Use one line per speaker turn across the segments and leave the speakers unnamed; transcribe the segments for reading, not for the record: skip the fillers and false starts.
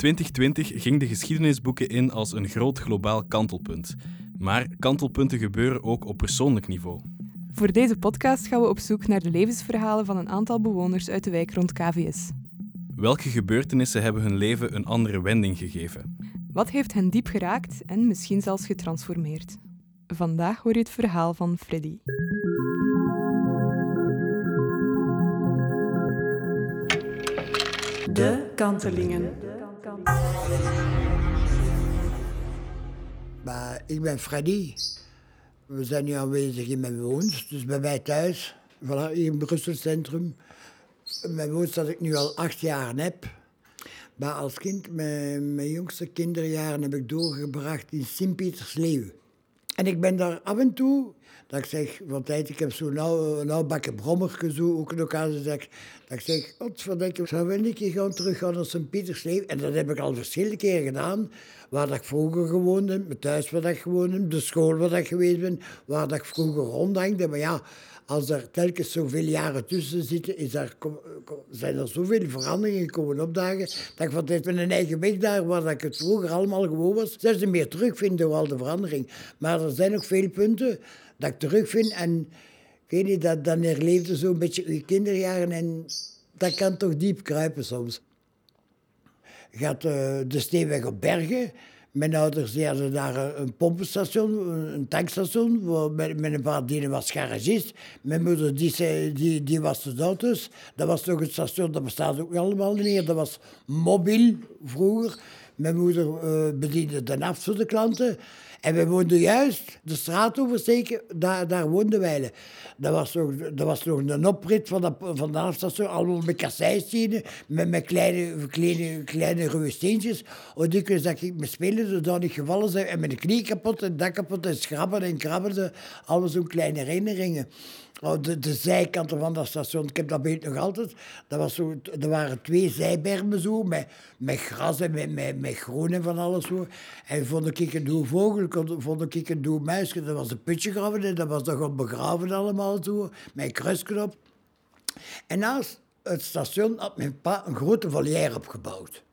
2020 ging de geschiedenisboeken in als een groot globaal kantelpunt. Maar kantelpunten gebeuren ook op persoonlijk niveau.
Voor deze podcast gaan we op zoek naar de levensverhalen van een aantal bewoners uit de wijk rond KVS.
Welke gebeurtenissen hebben hun leven een andere wending gegeven?
Wat heeft hen diep geraakt en misschien zelfs getransformeerd? Vandaag hoor je het verhaal van Freddy. De Kantelingen.
Maar ik ben Freddy. We zijn nu aanwezig in mijn woons, dus bij mij thuis. Voilà, hier in Brussel Centrum. Mijn woons dat ik nu al 8 jaar heb. Maar als kind, mijn jongste kinderjaren heb ik doorgebracht in Sint-Pietersleeuw. En ik ben daar af en toe, dat ik zeg, want ik heb zo'n nou bakken brommerke zo ook nog aan gezegd. Dat ik zeg, godverdikke, zou we een keer gaan teruggaan naar Sint-Pietersleeuw? En dat heb ik al verschillende keren gedaan. Waar dat ik vroeger gewoond heb, mijn thuis waar dat ik gewoond heb, de school waar dat ik geweest ben, waar dat ik vroeger rondhangde. Maar ja, als er telkens zoveel jaren tussen zitten, zijn er zoveel veranderingen komen opdagen, dat ik van tijd met een eigen weg daar, waar dat ik het vroeger allemaal gewoon was, zelfs niet meer terugvind door al de verandering. Maar er zijn ook veel punten dat ik terugvind en ik weet niet, dan herleefde zo'n beetje je kinderjaren en dat kan toch diep kruipen soms. Je gaat de Steenweg op Bergen. Mijn ouders die hadden daar een pompenstation, een tankstation, met een paar die was garagist. Mijn moeder die was de auto's. Dat was toch het station, dat bestaat ook allemaal niet meer. Dat was mobiel vroeger. Mijn moeder bediende de naft voor de klanten. En we woonden juist de straat oversteken, daar woonden wij. Dat was nog een oprit van de afstation, allemaal met kasseistenen, met kleine ruwe steentjes. Op dikwijls dat ik me spelen, zodat niet gevallen zijn, en met de knie kapot, en dak kapot, en schrabben en krabben, allemaal zo'n kleine herinneringen. De zijkanten van dat station, ik heb dat beeld nog altijd, er waren 2 zijbermen zo, met gras en met groen en van alles zo. En vond ik een doe vogel, vond ik een doe muisje, dat was een putje graven en dat was nog op begraven allemaal zo, met een kruisknop. En naast het station had mijn pa een grote volière opgebouwd.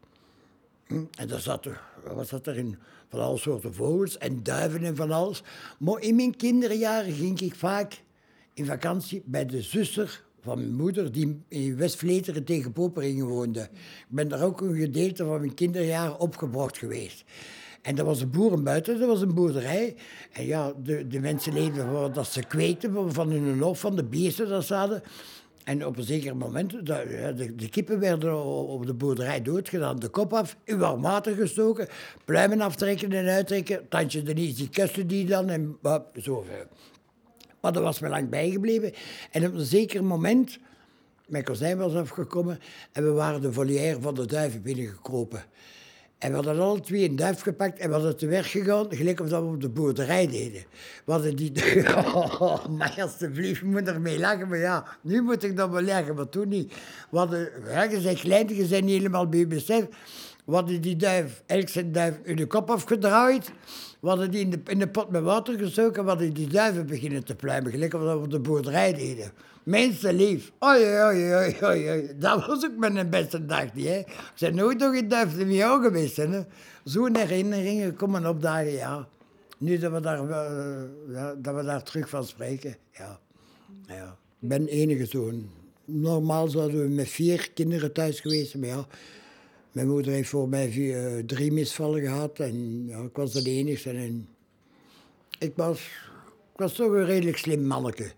En wat zat er in? Van alle soorten vogels en duiven en van alles. Maar in mijn kinderjaren ging ik vaak in vakantie bij de zuster van mijn moeder, die in West-Vleteren tegen Poperingen woonde. Ik ben daar ook een gedeelte van mijn kinderjaren opgebracht geweest. En dat was een boerenbuiten, dat was een boerderij. En ja, de mensen leefden van dat ze kweten van hun hof, van de beesten dat ze hadden. En op een zeker moment, de kippen werden op de boerderij doodgedaan. De kop af, in warm water gestoken, pluimen aftrekken en uittrekken. Tandje Denise, die kuste die dan en zo. Maar dat was me lang bijgebleven. En op een zeker moment, mijn kozijn was afgekomen en we waren de volière van de duiven binnengekropen. En we hadden alle 2 een duif gepakt en we hadden te werk gegaan, gelijk of dat we op de boerderij deden. We hadden die... maar alsjeblieft, je moet ermee lachen, maar ja, nu moet ik dat wel lachen, maar toen niet. We hadden, je bent klein, je bent niet helemaal bij je besef. We hadden die duif, elk zijn duif, in de kop afgedraaid. We hadden die in de pot met water gestoken, we hadden die duiven beginnen te pluimen, gelijk of dat we op de boerderij deden. Mensen lief. Oei. Dat was ook mijn beste dag niet, hè. Ik ben nooit nog in duif in jou geweest, hè. Zo'n herinneringen komen opdagen, ja. Nu dat we daar terug van spreken, ja. Ik ben enige zoon. Normaal zouden we met 4 kinderen thuis geweest, maar ja. Mijn moeder heeft voor mij 3 misvallen gehad en ja, ik was de enigste. En ik was toch een redelijk slim manneke.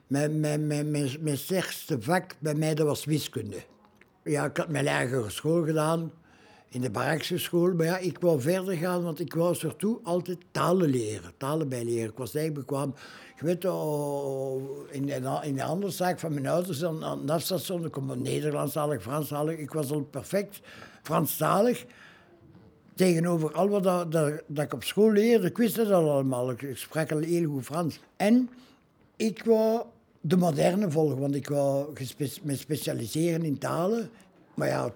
Mijn sterkste vak bij mij, dat was wiskunde. Ja, ik had mijn lagere school gedaan, in de barakse school. Maar ja, ik wou verder gaan, want ik wou surtout altijd talen bijleren. Ik was eigenlijk bekwaam. Je weet, in de andere zaak van mijn ouders, aan de afstation, ik kom Nederlandstalig, Franstalig. Ik was al perfect Franstalig. Tegenover al wat dat ik op school leerde, ik wist dat allemaal. Ik sprak al heel goed Frans. En ik wou de moderne volgen, want ik wou me specialiseren in talen. Maar ja,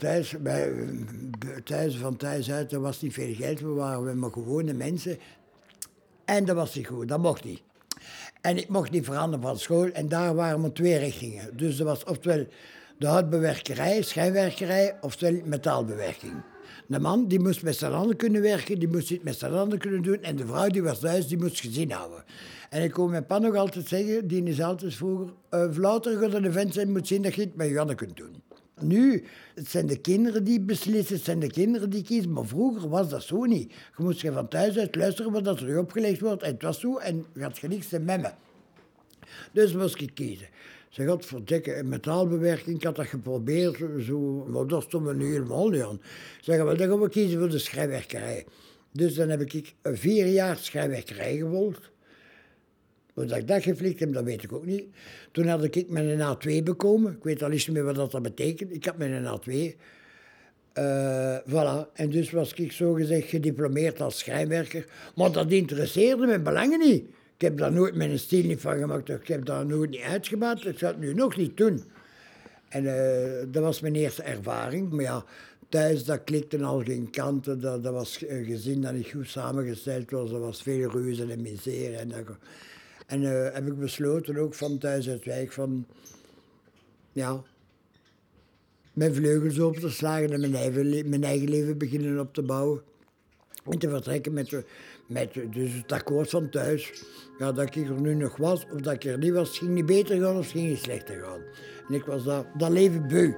van thuis uit, er was niet veel geld. We waren maar gewone mensen. En dat was niet goed, dat mocht niet. En ik mocht niet veranderen van school. En daar waren maar 2 richtingen. Dus er was oftewel de houtbewerkerij, schijnwerkerij, oftewel metaalbewerking. De man die moest met zijn handen kunnen werken, die moest iets met zijn handen kunnen doen. En de vrouw die was thuis, die moest gezin houden. En ik kon mijn pa nog altijd zeggen, die is altijd vroeger... Louter gaat een vent zijn, moet zien dat je het met je handen kunt doen. Nu, het zijn de kinderen die beslissen, het zijn de kinderen die kiezen. Maar vroeger was dat zo niet. Je moest van thuis uit luisteren wat er je opgelegd wordt. En het was zo en je had niks te memmen. Dus moest ik kiezen. Ze had verdikke metaalbewerking, ik had dat geprobeerd, zo, maar dat stond me nu helemaal niet aan. Zeg, wel, dan gaan we kiezen voor de schrijnwerkerij. Dus dan heb ik 4 jaar schrijnwerkerij gevolgd. Hoe ik dat geflikt heb, dat weet ik ook niet. Toen had ik met een A2 bekomen. Ik weet al niet meer wat dat betekent. Ik had met een A2. Voilà. En dus was ik zogezegd gediplomeerd als schrijnwerker. Maar dat interesseerde me belangen niet. Ik heb daar nooit mijn stil niet van gemaakt. Ik heb daar nooit niet uitgebaat. Ik zou het nu nog niet doen. En dat was mijn eerste ervaring. Maar ja, thuis dat klikte al geen kanten. Dat was een gezin dat niet goed samengesteld was. Er was veel ruzie en misère. En heb ik besloten ook van thuis uit wijk van... Ja, mijn vleugels op te slagen en mijn eigen leven beginnen op te bouwen. En te vertrekken met dus het akkoord van thuis. Ja, dat ik er nu nog was of dat ik er niet was, ging niet beter gaan of ging niet slechter gaan. En ik was dat leven beu.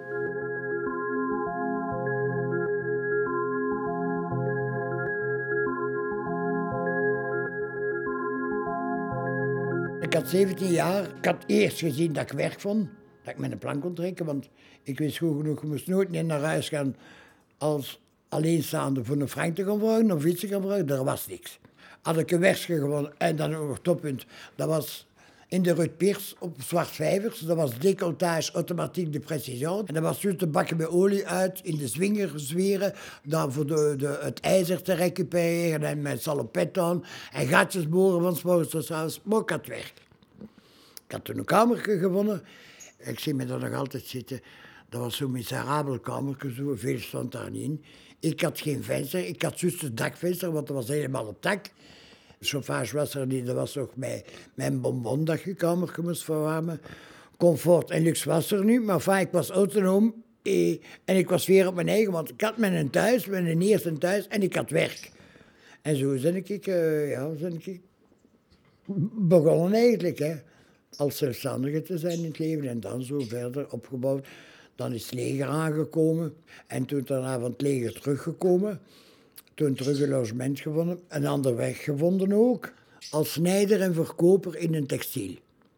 Ik had 17 jaar. Ik had eerst gezien dat ik werk vond. Dat ik met een plank kon trekken. Want ik wist goed genoeg, je moest nooit niet naar huis gaan als alleenstaande voor een frank te gaan vragen, of iets te gaan vragen. Er was niks. Had ik een werkje gewonnen en dan nog toppunt. Dat was in de Ruud Piers op Zwartvijvers. Dat was décolletage automatiek de précision. En dat was juist te bakken met olie uit, in de zwinger zweren, dan voor het ijzer te recupereren en met salopet aan. En gaatjes boren van 's morgens tot 's avonds. Maar ik had werk. Ik had toen een kamertje gewonnen. Ik zie me daar nog altijd zitten. Dat was zo'n miserabel kamertje, zo. Veel stond daar niet in. Ik had geen venster. Ik had juist het dakvenster, want dat was helemaal op dak. Chauffage was er niet. Dat was nog mijn bonbon dat je kamertje moest verwarmen. Comfort en luxe was er niet. Maar enfin, ik was autonoom. En ik was weer op mijn eigen, want ik had mijn eerste thuis en ik had werk. En zo ben ik begonnen eigenlijk, hè. Als zelfstandige te zijn in het leven en dan zo verder opgebouwd. Dan is het leger aangekomen en toen daarna van het leger teruggekomen. Toen terug een logement gevonden, een ander weg gevonden ook. Als snijder en verkoper in een textiel.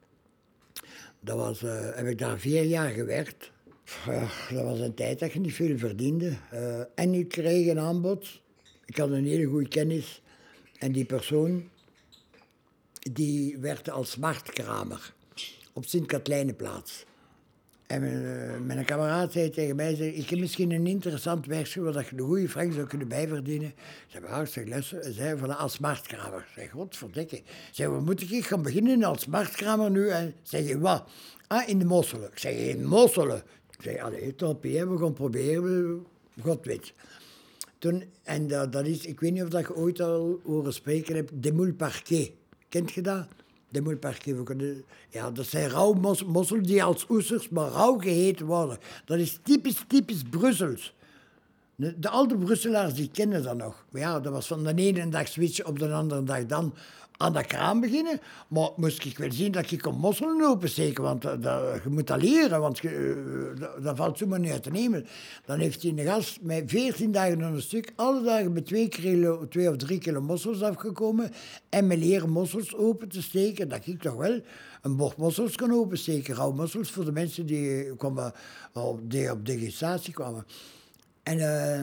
Heb ik daar 4 jaar gewerkt. Ja, dat was een tijd dat je niet veel verdiende. En ik kreeg een aanbod. Ik had een hele goede kennis. En die persoon, die werkte als marktkramer op Sint-Katlijneplaats. En mijn kameraad zei tegen mij, ik heb misschien een interessant werkje waar je de goede frank zou kunnen bijverdienen. Ik zei, hartstikke luister. Hij zei, als marktkramer. Ik zei, godverdikke. Ik zei, waar moet ik gaan beginnen als marktkramer nu? En zeg je, wat? Ah, in de Mosselen. Ik zei, in Mosselen? Ik zei, allee, top, we gaan proberen, god weet. Toen, en dat is, ik weet niet of je ooit al horen spreken hebt, de moule parquet. Kent je dat? De moule parquet. Ja, dat zijn rauw mosselen die als oesters maar rauw gegeten worden. Dat is typisch Brussels. De oude Brusselaars die kennen dat nog. Maar ja, dat was van de ene dag switchen op de andere dag dan aan dat kraan beginnen. Maar moest ik wel zien dat ik kon mosselen opensteken, want je moet dat leren, want dat valt zomaar niet uit te nemen. Dan heeft hij een gast met 14 dagen aan een stuk, alle dagen met 2 of 3 kilo mossels afgekomen en me leren mossels open te steken, dat ik toch wel een bocht mossels kan opensteken, rauw mossels voor de mensen die op degustatie kwamen. En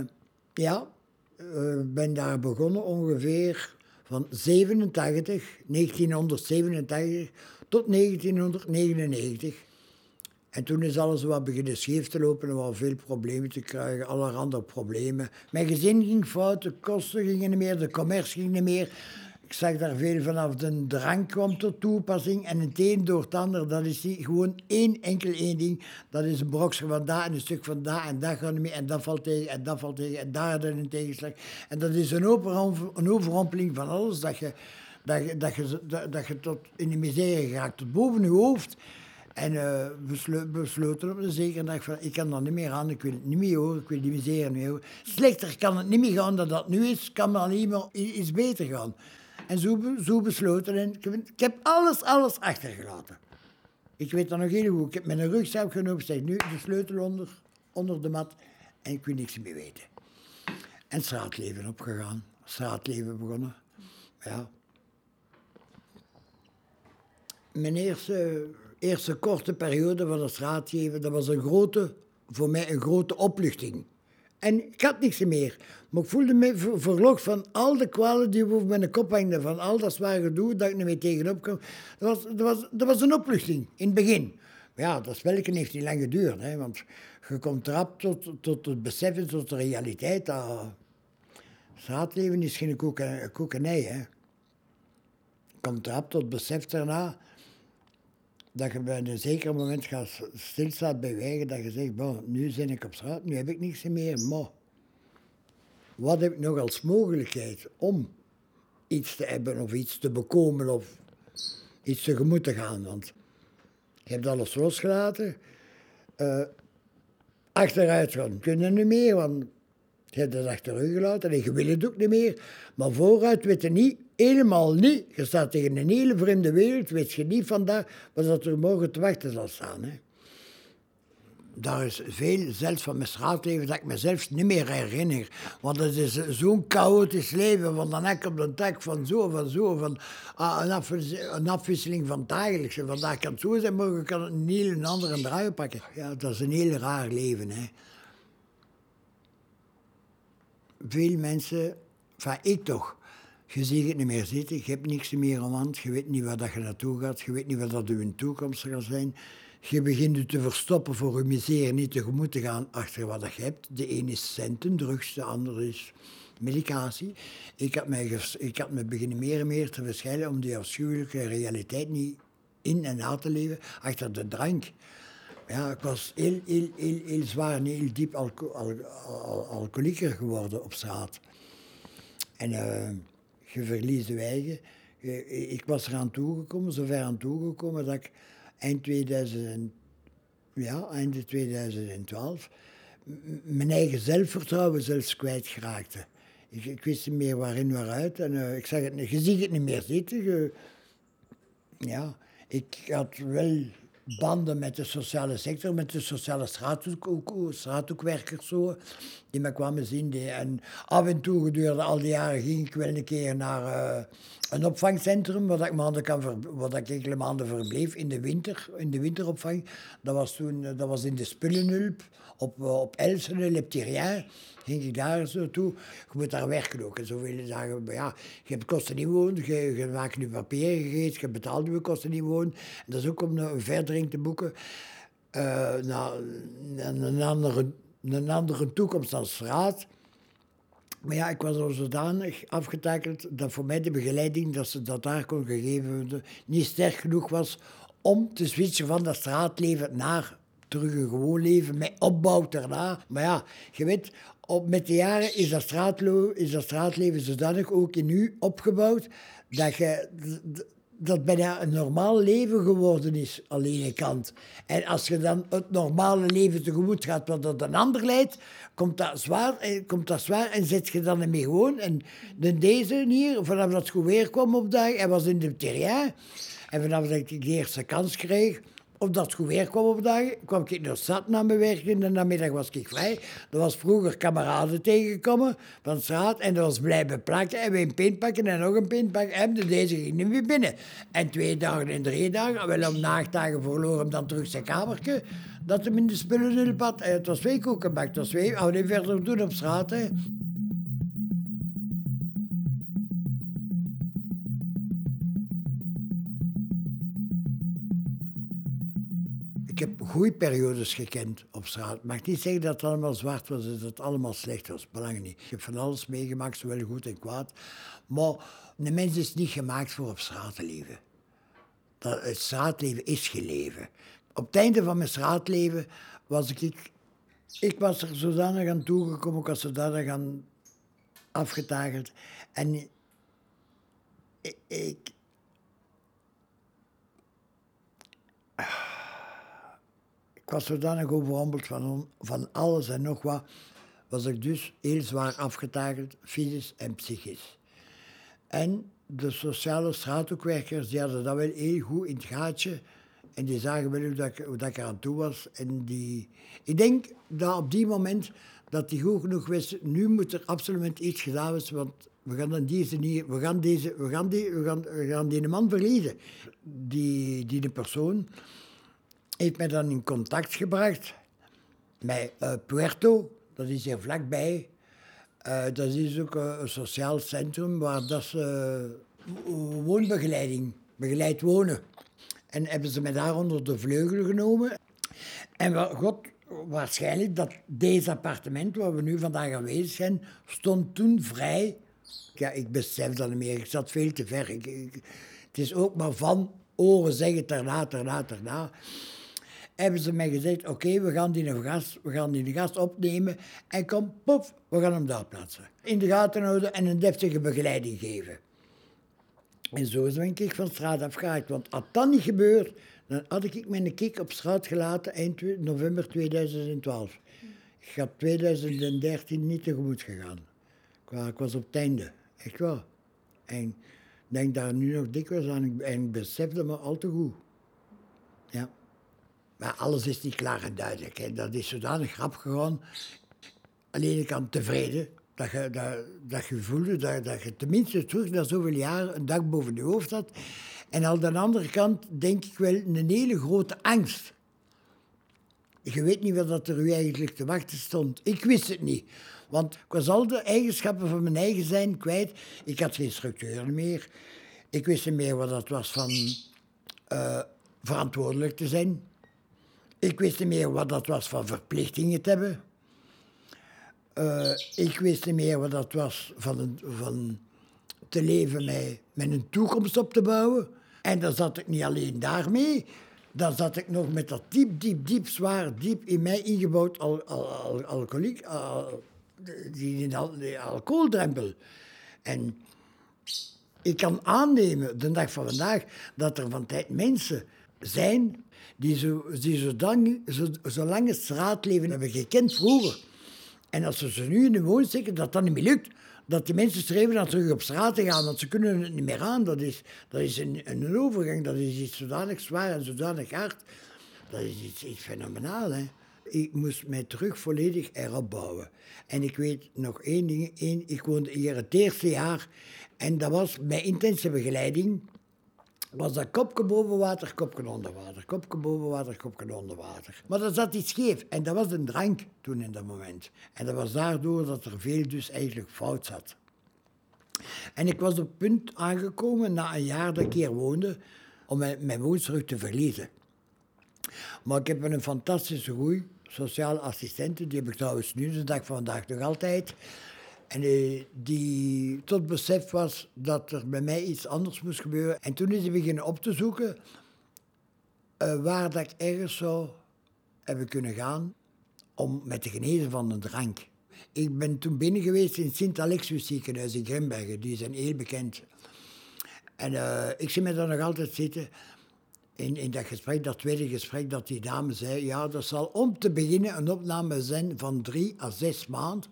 ben daar begonnen ongeveer van 1987 tot 1999. En toen is alles wat beginnen scheef te lopen en wel veel problemen te krijgen, allerhande problemen. Mijn gezin ging fout, de kosten gingen niet meer, de commercie ging niet meer. Ik zag daar veel vanaf, de drank kwam tot toepassing en het een door het ander, dat is gewoon één ding. Dat is een brokje van daar en een stuk van daar en dat gaat niet meer en dat valt tegen en dat valt tegen en daar had een tegenslag. En dat is een overrompeling van alles dat je tot in de miserie geraakt, tot boven je hoofd. En besloten op een zekere dag van, ik kan dat niet meer aan, ik wil het niet meer horen, ik wil die miserie niet meer horen. Slechter kan het niet meer gaan dan dat nu is, kan dan niet meer iets beter gaan. En zo besloten en ik heb alles achtergelaten. Ik weet dat nog heel goed, ik heb mijn rugzak genomen, zeg nu de sleutel onder de mat en ik wil niks meer weten. En straatleven opgegaan, straatleven begonnen, ja. Mijn eerste korte periode van het straatleven, dat was voor mij een grote opluchting. En ik had niks meer. Maar ik voelde me verlost van al de kwalen die over mijn kop hangden. Van al dat zware gedoe dat ik er mee tegenop kwam. Dat was een opluchting in het begin. Maar ja, dat spelletje heeft niet lang geduurd. Hè, want je komt rap tot het beseffen, tot de realiteit. Dat straatleven is geen koekenij. Hè. Je komt rap tot het besef daarna dat je bij een zeker moment gaat stilstaan bij je eigen, dat je zegt, bon, nu ben ik op straat, nu heb ik niks meer, maar wat heb ik nog als mogelijkheid om iets te hebben of iets te bekomen of iets tegemoet te gaan? Want je hebt alles losgelaten. Achteruit gaan kun je niet meer, want je hebt het achter je gelaten en je wil het ook niet meer. Maar vooruit weet je niet, helemaal niet. Je staat tegen een hele vreemde wereld, weet je niet vandaag wat er morgen te wachten zal staan. Hè. Daar is veel, zelfs van mijn straatleven, dat ik mezelf niet meer herinner. Want het is zo'n chaotisch leven, van de nek op de tak, van een afwisseling van het dagelijkse. Vandaag kan het zo zijn, morgen kan het een heel andere draai pakken. Ja, dat is een heel raar leven, hè. Veel mensen, ik toch, je ziet het niet meer zitten, je hebt niks meer aan hand, je weet niet waar dat je naartoe gaat, je weet niet wat dat je toekomst gaat zijn. Je begint je te verstoppen voor je miserie, niet tegemoet te gaan achter wat je hebt. De een is centen, drugs, de ander is medicatie. Ik had me beginnen meer en meer te verschillen om die afschuwelijke realiteit niet in en na te leven achter de drank. Ja, ik was heel zwaar en heel diep alcoholieker geworden op straat. En je verliest je eigen. Ik was eraan toegekomen, zover aan toegekomen dat ik eind 2012 mijn eigen zelfvertrouwen zelfs kwijtgeraakte. Ik wist niet meer waarin, waaruit. En ik zeg het, je ziet het niet meer zitten. Ik had wel banden met de sociale sector, met de sociale straathoekwerkers zo, die me kwamen zien. En af en toe gedurende al die jaren ging ik wel een keer naar een opvangcentrum, waar ik enkele maanden verbleef in de winteropvang. Dat was in de Spullenhulp, op Elsene, Le Petit-Rien. Ging ik daar zo toe. Je moet daar werken ook. En zoveel dagen, maar ja, je hebt kosten niet wonen, je maakt nu papieren gegeten, je betaalt je kosten niet wonen. En dat is ook om een verdering te boeken. Een andere toekomst als straat. Maar ja, ik was al zodanig afgetakeld dat voor mij de begeleiding dat ze dat daar kon gegeven worden niet sterk genoeg was om te switchen van dat straatleven naar terug een gewoon leven met opbouw daarna. Maar ja, je weet, met de jaren is dat straatleven zodanig ook in u opgebouwd dat bijna een normaal leven geworden is aan de ene kant. En als je dan het normale leven tegemoet gaat wat dat een ander leidt, komt dat zwaar en zit je dan ermee gewoon. En deze hier, vanaf dat het goed weer kwam opdagen, hij was in de terrein. En vanaf dat ik de eerste kans kreeg, of dat het goed weer kwam opdagen, kwam ik naar de stad naar mijn werk. In de namiddag was ik vrij. Er was vroeger kameraden tegengekomen van de straat en dat was blijven plakken en weer een pint pakken en nog een pint pakken. En deze ging niet meer binnen. En 2 dagen en 3 dagen, wel om 8 dagen verloren hem dan terug zijn kamertje, dat hem in de spullenhulp had. En het was 2 koekenbak, het was 2, we niet verder doen op straat. Hè. Ik heb goede periodes gekend op straat. Ik mag niet zeggen dat het allemaal zwart was en dat het allemaal slecht was. Belangrijk niet. Ik heb van alles meegemaakt, zowel goed en kwaad. Maar een mens is niet gemaakt voor op straat te leven. Het straatleven is geleven. Op het einde van mijn straatleven was ik was er zodanig aan toegekomen, ik was zodanig aan afgetakeld. En Ik was zodanig overrompeld van alles en nog wat. Was ik dus heel zwaar afgetakeld, fysisch en psychisch. En de sociale straathoekwerkers, die hadden dat wel heel goed in het gaatje. En die zagen wel hoe dat ik eraan toe was. En ik denk dat op die moment dat die goed genoeg wisten, nu moet er absoluut iets gedaan worden, want we gaan die man verliezen. Die persoon heeft mij dan in contact gebracht met Puerto, dat is hier vlakbij. Dat is ook een sociaal centrum waar dat ze begeleid wonen. En hebben ze mij daar onder de vleugel genomen. En waarschijnlijk dat deze appartement waar we nu vandaag aanwezig zijn, stond toen vrij. Ja, ik besef dat niet meer, ik zat veel te ver. Het is ook maar van oren zeggen, daarna. Hebben ze mij gezegd, oké, we gaan die gast opnemen en kom, pof, we gaan hem daar plaatsen. In de gaten houden en een deftige begeleiding geven. En zo ben ik van straat afgehaakt, want had dat niet gebeurd, dan had ik mijn kick op straat gelaten eind november 2012. Ik had 2013 niet tegemoet gegaan. Ik was op het einde, echt wel. En ik denk daar nu nog dikwijls aan en ik besef dat me al te goed. Ja. Maar alles is niet klaar en duidelijk. Hè. Dat is zodanig grap gegaan. Alleen ik aan tevreden dat je voelde dat je tenminste terug na zoveel jaar een dak boven je hoofd had. En aan de andere kant denk ik wel een hele grote angst. Je weet niet wat er u eigenlijk te wachten stond. Ik wist het niet. Want ik was al de eigenschappen van mijn eigen zijn kwijt. Ik had geen structuur meer. Ik wist niet meer wat dat was van verantwoordelijk te zijn. Ik wist niet meer wat dat was van verplichtingen te hebben. Ik wist niet meer wat dat was van te leven met een toekomst op te bouwen. En dan zat ik niet alleen daarmee. Dan zat ik nog met dat diep in mij ingebouwd alcoholiek, die alcoholdrempel. En ik kan aannemen, de dag van vandaag, dat er van tijd mensen zijn die zo lang het straatleven hebben gekend vroeger. En als ze nu in de woon steken, dat niet meer lukt. Dat die mensen streven naar terug op straat te gaan, want ze kunnen het niet meer aan. Dat is een overgang, dat is iets zodanig zwaar en zodanig hard. Dat is iets fenomenaal, hè. Ik moest mij terug volledig erop bouwen. En ik weet nog één ding, ik woonde hier het eerste jaar en dat was met intense begeleiding. Was dat kopje boven water, kopje onder water. Kopje boven water, kopje onder water. Maar dat zat iets scheef. En dat was een drank toen in dat moment. En dat was daardoor dat er veel dus eigenlijk fout zat. En ik was op het punt aangekomen, na een jaar dat ik hier woonde, om mijn woonsterug te verliezen. Maar ik heb een fantastische goeie, sociale assistente, die heb ik trouwens nu, de dag van vandaag nog altijd. En die tot besef was dat er bij mij iets anders moest gebeuren. En toen is hij beginnen op te zoeken waar dat ik ergens zou hebben kunnen gaan om me te genezen van een drank. Ik ben toen binnen geweest in het Sint-Alexius ziekenhuis in Grimbergen. Die zijn heel bekend. En ik zie me daar nog altijd zitten in dat gesprek, dat tweede gesprek, dat die dame zei, ja, dat zal om te beginnen een opname zijn van 3 à 6 maanden.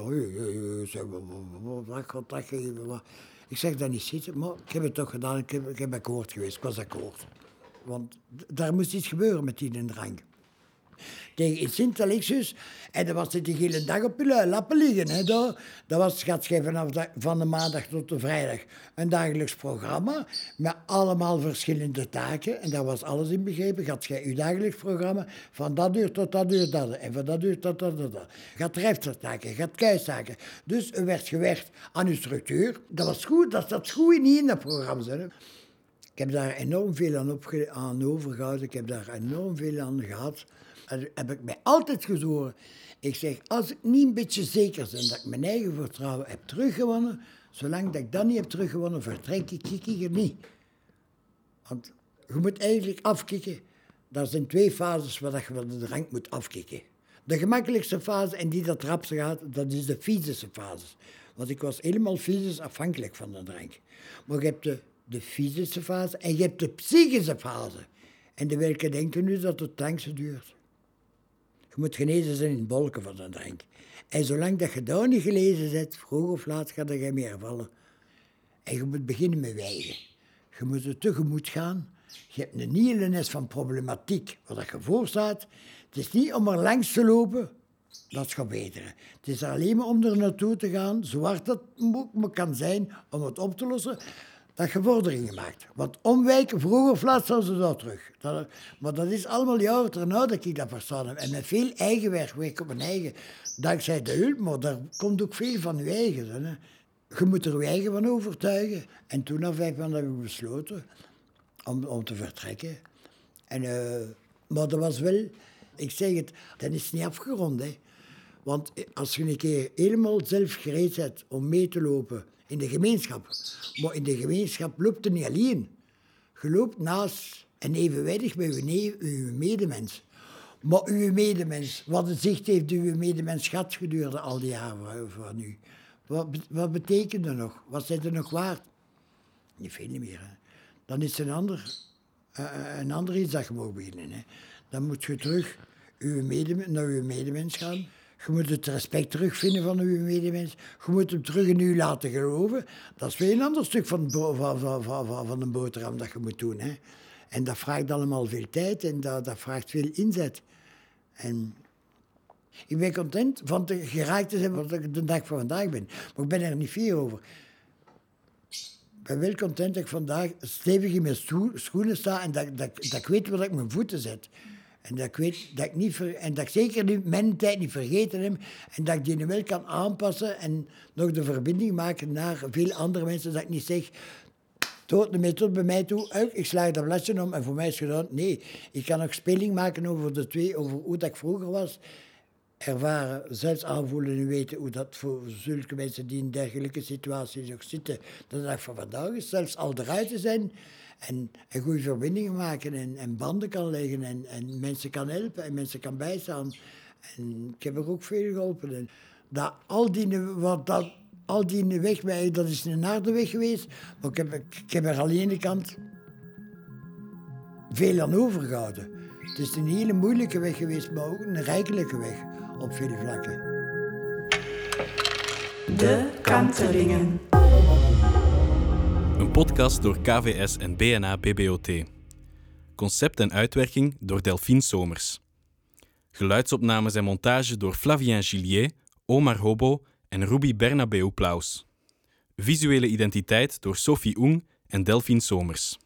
Wat gaat dat geven? Ik zeg dat niet zitten, maar ik heb het toch gedaan. Ik heb akkoord geweest. Ik was akkoord. Want daar moest iets gebeuren met die drank. Tegen in Sint-Alexius, en dan was hij de hele dag op je lappen liggen. Hè, dat was vanaf van de maandag tot de vrijdag een dagelijks programma met allemaal verschillende taken. En daar was alles in begrepen. Gaat je dagelijks programma van dat uur tot dat uur dat. En van dat uur tot dat uur dat. Gaat rechtertaken, gaat kuistaken. Dus er werd gewerkt aan uw structuur. Dat was goed, dat zat goed niet in dat programma. Hè. Ik heb daar enorm veel aan overgehouden. Ik heb daar enorm veel aan gehad. En heb ik mij altijd gezworen. Ik zeg, als ik niet een beetje zeker ben dat ik mijn eigen vertrouwen heb teruggewonnen, zolang dat ik dat niet heb teruggewonnen, vertrek ik hier niet. Want je moet eigenlijk afkicken. Er zijn 2 fases waar je van de drank moet afkicken. De gemakkelijkste fase, en die dat rapste gaat, dat is de fysische fase. Want ik was helemaal fysisch afhankelijk van de drank. Maar je hebt de fysische fase en je hebt de psychische fase. En de welke denkt u nu dat het langste duurt? moet gelezen zijn in bolken van een drank. En zolang dat je daar niet gelezen bent, vroeg of laat gaat er geen meer vallen. En je moet beginnen met wijgen. Je moet er tegemoet gaan. Je hebt een hele nest van problematiek waar je voor staat. Het is niet om er langs te lopen, dat gaat beteren. Het is alleen maar om er naartoe te gaan, zo hard dat ook kan zijn, om het op te lossen, dat je vorderingen maakt. Want omwijken, vroeg of laat, zal ze daar terug. Maar dat is allemaal jaren erna dat ik dat verstaan heb. En met veel eigen werk op mijn eigen. Dankzij de hulp, maar daar komt ook veel van je eigen. Hè. Je moet er je eigen van overtuigen. En toen na 5 maanden hebben we besloten om te vertrekken. Maar dat was wel, ik zeg het, dat is niet afgerond. Hè. Want als je een keer helemaal zelf gereed bent om mee te lopen in de gemeenschap, maar in de gemeenschap loopt je niet alleen. Je loopt naast en evenwijdig met je medemens. Maar uw medemens, wat het zicht heeft uw medemens gehad gedurende al die jaren van u. Wat betekent dat nog? Wat zijn er nog waard? Niet veel meer. Hè. Dan is het een ander iets dat je mag beginnen. Hè. Dan moet je terug naar uw medemens gaan. Je moet het respect terugvinden van uw medemens. Je moet hem terug in u laten geloven. Dat is weer een ander stuk van de boterham dat je moet doen. Hè. En dat vraagt allemaal veel tijd en dat vraagt veel inzet. En ik ben content van geraakt te zijn wat ik de dag van vandaag ben. Maar ik ben er niet fier over. Ik ben wel content dat ik vandaag stevig in mijn schoenen sta en dat ik weet waar ik mijn voeten zet. En dat ik weet dat ik niet en dat ik zeker niet mijn tijd niet vergeten heb en dat ik die wel kan aanpassen en nog de verbinding maken naar veel andere mensen. Dat ik niet zeg, tot bij mij toe, ik sla dat bladje om en voor mij is het gedaan. Nee, ik kan nog speling maken over hoe dat ik vroeger was. Ervaren, zelfs aanvoelen en weten hoe dat voor zulke mensen die in dergelijke situaties ook zitten, de dag van vandaag is. Zelfs al eruit te zijn en goede verbindingen maken en banden kan leggen en mensen kan helpen en mensen kan bijstaan. En ik heb er ook veel geholpen. En al die weg bij, dat is een harde weg geweest, maar ik heb er aan de ene kant veel aan overgehouden. Het is een hele moeilijke weg geweest, maar ook een rijkelijke weg op veel vlakken.
De Kantelingen.
Een podcast door KVS en BNA BBOT. Concept en uitwerking door Delphine Somers. Geluidsopnames en montage door Flavien Gillier, Omar Hobo en Ruby Bernabeu Plaus. Visuele identiteit door Sophie Oeng en Delphine Somers.